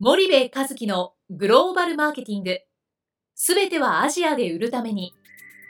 森部一樹のグローバルマーケティング、すべてはアジアで売るために。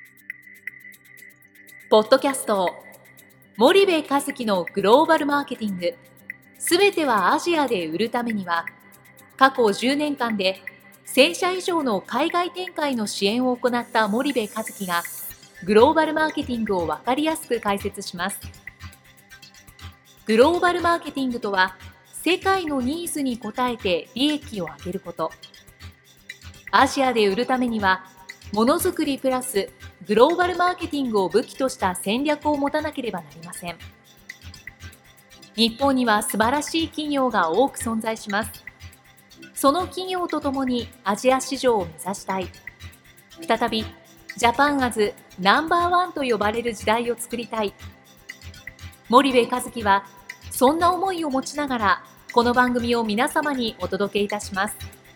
ポッドキャスト森部一樹のグローバルマーケティング、すべてはアジアで売るためには、過去10年間で1000社以上の海外展開の支援を行った森部一樹がグローバルマーケティングを分かりやすく解説します。グローバルマーケティングとは、世界のニーズに応えて利益を上げること。アジアで売るためには、ものづくりプラスグローバルマーケティングを武器とした戦略を持たなければなりません。日本には素晴らしい企業が多く存在します。その企業とともにアジア市場を目指したい。再びジャパンアズナンバーワンと呼ばれる時代を作りたい。森部一樹はそんな思いを持ちながら、この番組を皆様にお届けいたします。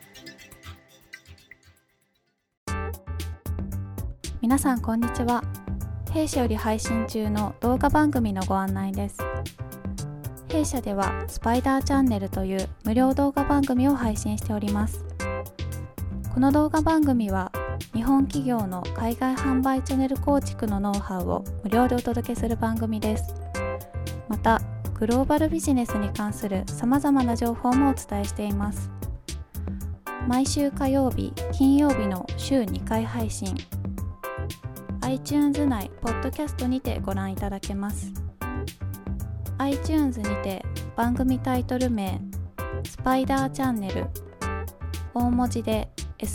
皆さんこんにちは。弊社より配信中の動画番組のご案内です。弊社ではスパイダーチャンネルという無料動画番組を配信しております。この動画番組は日本企業の海外販売チャンネル構築のノウハウを無料でお届けする番組です。またグローバルビジネスに関するさまざまな情報もお伝えしています。毎週火曜日、金曜日の週2回配信。iTunes 内ポッドキャストにてご覧いただけます。iTunes にて番組タイトル名スパイダーチャンネル、大文字で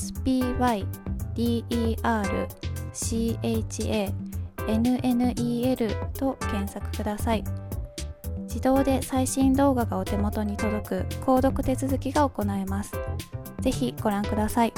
SPYDERCHANNEL と検索ください。自動で最新動画がお手元に届く購読手続きが行えます。ぜひご覧ください。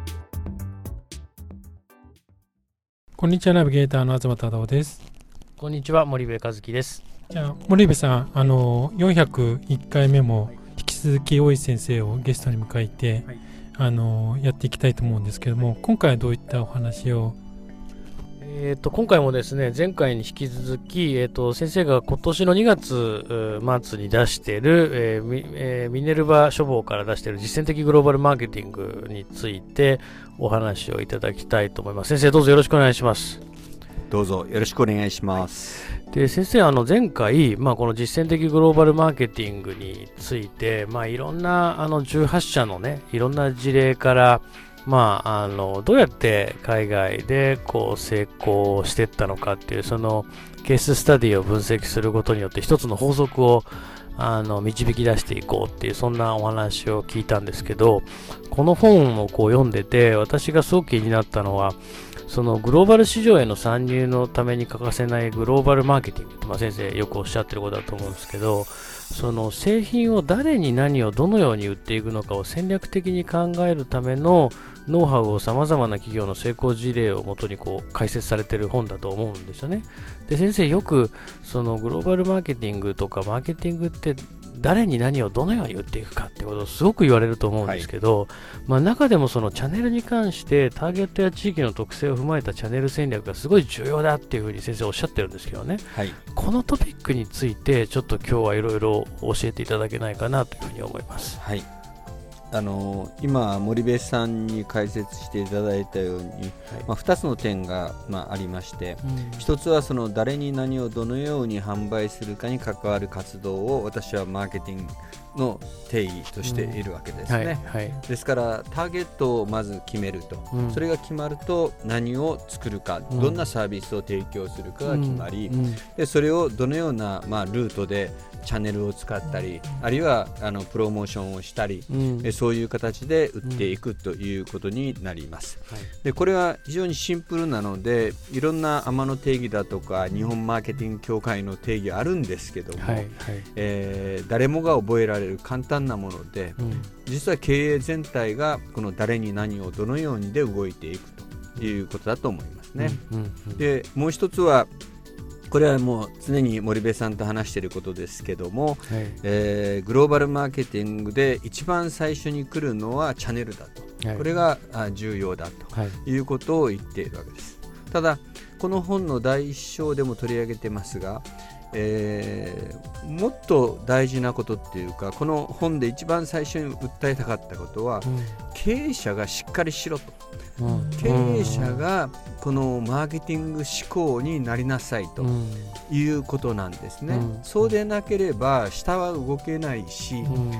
こんにちは、ナビゲーターの東忠夫です。 こんにちは、森部一樹です。 じゃあ森部さん、401回目も引き続き大石先生をゲストに迎えて、やっていきたいと思うんですけども、今回はどういったお話を？ 今回もですね、前回に引き続き、先生が今年の2月末に出している、ミネルヴァ書房から出している実践的グローバルマーケティングについてお話をいただきたいと思います。先生、どうぞよろしくお願いします。 どうぞよろしくお願いします。 で、先生、前回、この実践的グローバルマーケティングについて、いろんな18社のね、いろんな事例からどうやって海外で成功していったのかっていう、そのケーススタディを分析することによって一つの法則を導き出していこうっていう、そんなお話を聞いたんですけど、この本を読んでて私がすごく気になったのは、そのグローバル市場への参入のために欠かせないグローバルマーケティングって、先生よくおっしゃってることだと思うんですけど、その製品を誰に何をどのように売っていくのかを戦略的に考えるためのノウハウをさまざまな企業の成功事例をもとに解説されている本だと思うんですよね。で、先生、よくそのグローバルマーケティングとかマーケティングって誰に何をどのように売っていくかってことをすごく言われると思うんですけど、中でもそのチャンネルに関してターゲットや地域の特性を踏まえたチャンネル戦略がすごい重要だっていうふうに先生おっしゃってるんですけどね、このトピックについてちょっと今日はいろいろ教えていただけないかなというふうに思います。 今森部さんに解説していただいたように、2つの点が、ありまして、1つはその誰に何をどのように販売するかに関わる活動を私はマーケティングの定義としているわけですね。ですからターゲットをまず決めると、それが決まると何を作るか、どんなサービスを提供するかが決まり、でそれをどのような、ルートでチャンネルを使ったり、あるいはプロモーションをしたり、そういう形で売っていくということになります。でこれは非常にシンプルなので、いろんなAMAの定義だとか日本マーケティング協会の定義あるんですけども、誰もが覚えられる簡単なもので、実は経営全体がこの誰に何をどのようにで動いていくということだと思いますね。でもう一つは、これはもう常に森部さんと話していることですけども、グローバルマーケティングで一番最初に来るのはチャンネルだと、これが重要だということを言っているわけです。ただこの本の第一章でも取り上げてますが、 もっと大事なことっていうか、この本で一番最初に訴えたかったことは、経営者がしっかりしろと、経営者がこのマーケティング志向になりなさいということなんですね。そうでなければ下は動けないし、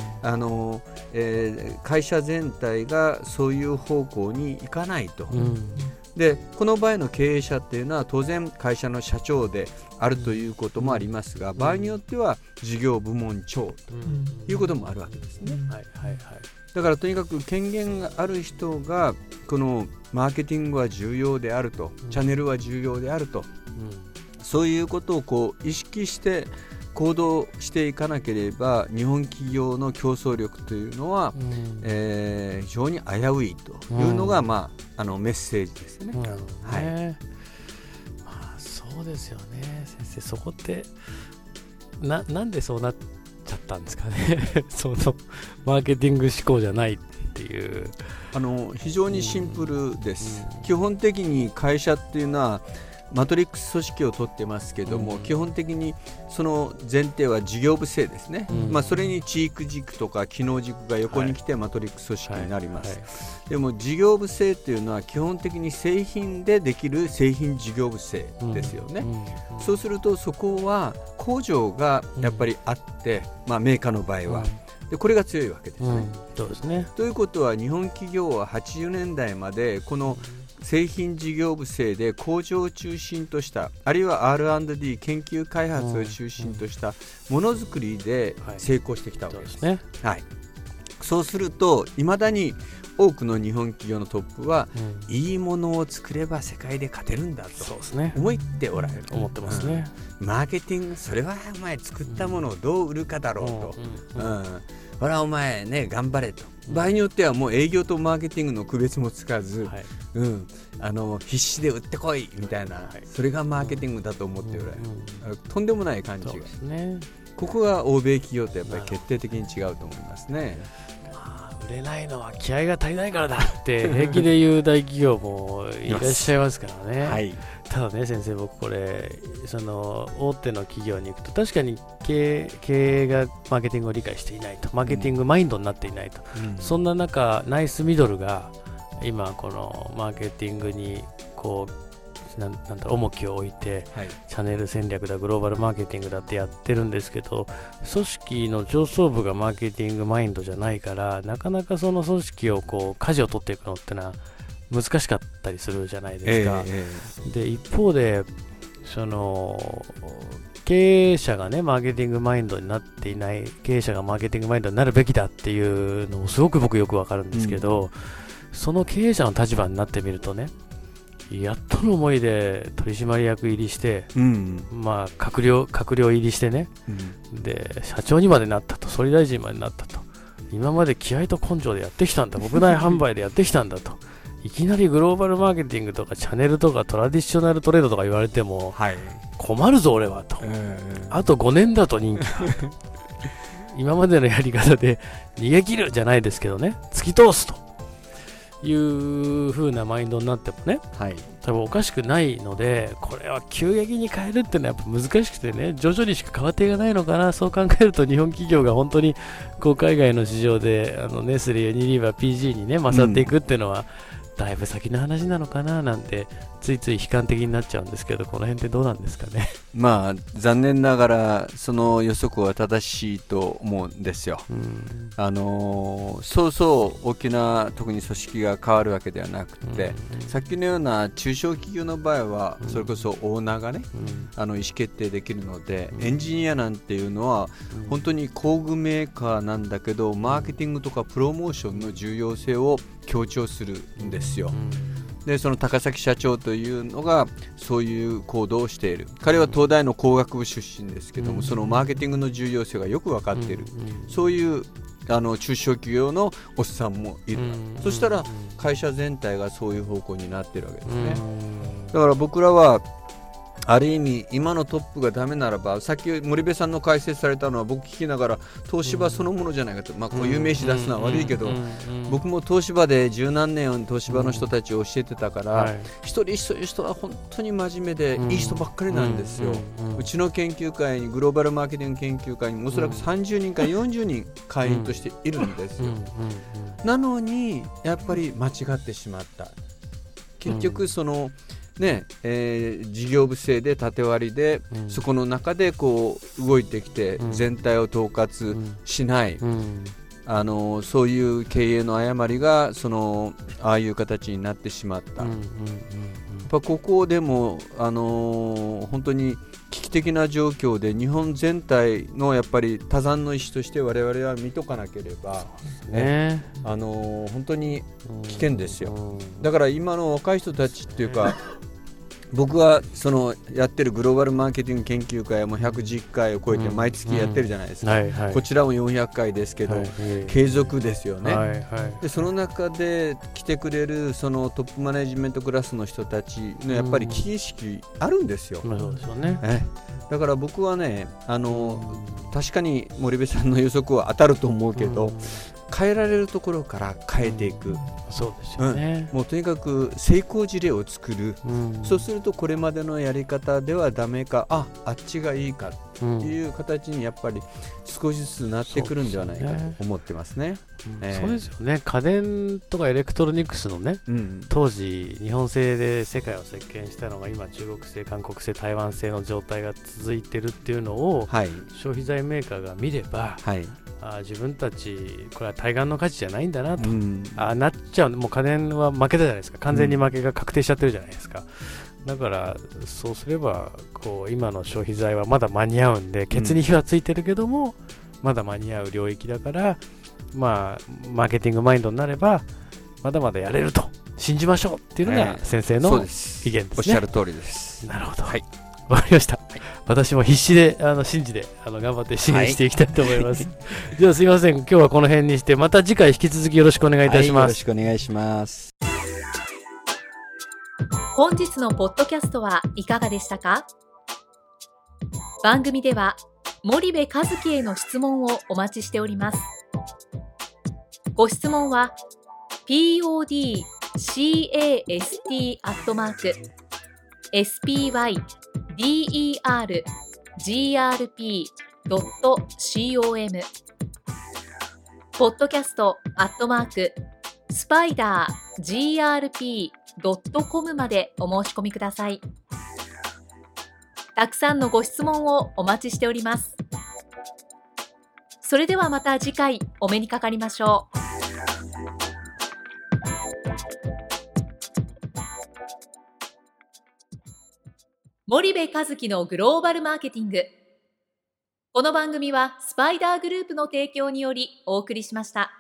会社全体がそういう方向に行かないと。でこの場合の経営者っていうのは当然会社の社長であるということもありますが、場合によっては事業部門長ということもあるわけですね。だからとにかく権限がある人がこのマーケティングは重要であると、チャンネルは重要であると、そういうことをこう意識して行動していかなければ日本企業の競争力というのは、非常に危ういというのが、メッセージですね。 そうですよね。先生、そこってなんでそうなっちゃったんですかね。そのマーケティング志向じゃないっていう。 非常にシンプルです。基本的に会社っていうのはマトリックス組織を取ってますけども、基本的にその前提は事業部制ですね。それにチーク軸とか機能軸が横に来てマトリックス組織になります。でも事業部制っていうのは基本的に製品でできる製品事業部制ですよね。そうするとそこは工場がやっぱりあって、メーカーの場合は、でこれが強いわけですね。 そうですね。 ということは日本企業は80年代までこの製品事業部制で工場を中心とした、あるいは R&D 研究開発を中心としたものづくりで成功してきたわけです。そうするといまだに多くの日本企業のトップは、いいものを作れば世界で勝てるんだと思っておられる、 思ってますね。 マーケティング、それはお前作ったものをどう売るかだろうと、ほらお前ね頑張れと、場合によってはもう営業とマーケティングの区別もつかず、必死で売ってこいみたいな、それがマーケティングだと思っておられる、とんでもない感じが、ここが欧米企業とやっぱり決定的に違うと思いますね。 売れないのは気合が足りないからだって平気で言う大企業もいらっしゃいますからね。ただね先生、僕これその大手の企業に行くと確かに経営がマーケティングを理解していないと、マーケティングマインドになっていないと、そんな中ナイスミドルが今このマーケティングにこうなんだろう重きを置いて、チャンネル戦略だグローバルマーケティングだってやってるんですけど、組織の上層部がマーケティングマインドじゃないから、なかなかその組織をこう舵を取っていくのってのは難しかったりするじゃないですか。で一方でその経営者がねマーケティングマインドになっていない、経営者がマーケティングマインドになるべきだっていうのもすごく僕よくわかるんですけど、その経営者の立場になってみるとね、やっとの思いで取締役入りして、閣僚入りしてね、で社長にまでなったと、総理大臣までなったと、今まで気合と根性でやってきたんだ、国内販売でやってきたんだといきなりグローバルマーケティングとかチャンネルとかトラディショナルトレードとか言われても、困るぞ俺はと、あと5年だと人気今までのやり方で逃げ切るじゃないですけどね、突き通すという風なマインドになってもね、多分おかしくないので、これは急激に変えるっていうのはやっぱ難しくてね、徐々にしか変わっていかないのかな。そう考えると日本企業が本当にこう海外の市場でネスレ、ユニリーバー、PG にね勝っていくっていうのは、だいぶ先の話なのかななんてついつい悲観的になっちゃうんですけど、この辺ってどうなんですかね。 残念ながらその予測は正しいと思うんですよ。そうそう大きな特に組織が変わるわけではなくて、さっきのような中小企業の場合はそれこそオーナーがね、意思決定できるので、エンジニアなんていうのは本当に工具メーカーなんだけど、マーケティングとかプロモーションの重要性を強調するんですよ。でその高崎社長というのがそういう行動をしている。彼は東大の工学部出身ですけども、そのマーケティングの重要性がよく分かっている、そういう中小企業のおっさんもいる。そしたら会社全体がそういう方向になっているわけですね。だから僕らはある意味今のトップがダメならば、さっき森部さんの解説されたのは僕聞きながら東芝そのものじゃないかと、まあこういう名詞出すのは悪いけど、僕も東芝で十何年東芝の人たちを教えてたから、一人一人は本当に真面目でいい人ばっかりなんですよ。うちの研究会にグローバルマーケティング研究会におそらく30人から40人会員としているんですよ。なのにやっぱり間違ってしまった。結局そのね事業部制で縦割りで、そこの中でこう動いてきて、全体を統括しない、そういう経営の誤りがああいう形になってしまった。やっぱここでも、本当に危機的な状況で日本全体のやっぱり多山の石として我々は見とかなければ、本当に危険ですよ。だから今の若い人たちっていうか僕はやってるグローバルマーケティング研究会はもう110回を超えて毎月やってるじゃないですか。こちらも400回ですけど、継続ですよね。でその中で来てくれるそのトップマネジメントクラスの人たちのやっぱり危機意識あるんですよ。 そうですよね。 だから僕はね、確かに森部さんの予測は当たると思うけど、変えられるところから変えていく、 そうですよね。 もうとにかく成功事例を作る、そうするとこれまでのやり方ではダメか、あっちがいいかという形にやっぱり少しずつなってくるんではないかと思ってますね。 そうですよね。家電とかエレクトロニクスのね、当時日本製で世界を席巻したのが今中国製、韓国製、台湾製の状態が続いてるっていうのを、消費財メーカーが見れば、自分たちこれは対岸の価値じゃないんだなと、なっちゃう。もう家電は負けたじゃないですか。完全に負けが確定しちゃってるじゃないですか。だからそうすればこう今の消費財はまだ間に合うんで、ケツに火はついてるけども、まだ間に合う領域だから、マーケティングマインドになればまだまだやれると信じましょうっていうのが先生の意見ですね。 おっしゃる通りです。 なるほど。わかりました。私も必死で信じて頑張って支援していきたいと思います。ではすいません、今日はこの辺にして、また次回引き続きよろしくお願いいたします。 よろしくお願いします。 本日のポッドキャストはいかがでしたか？番組では森部一樹への質問をお待ちしております。ご質問は podcast@spydergrp.com podcast@spidergrp.com までお申し込みください。たくさんのご質問をお待ちしております。それではまた次回お目にかかりましょう。森部一樹のグローバルマーケティング。この番組はスパイダーグループの提供によりお送りしました。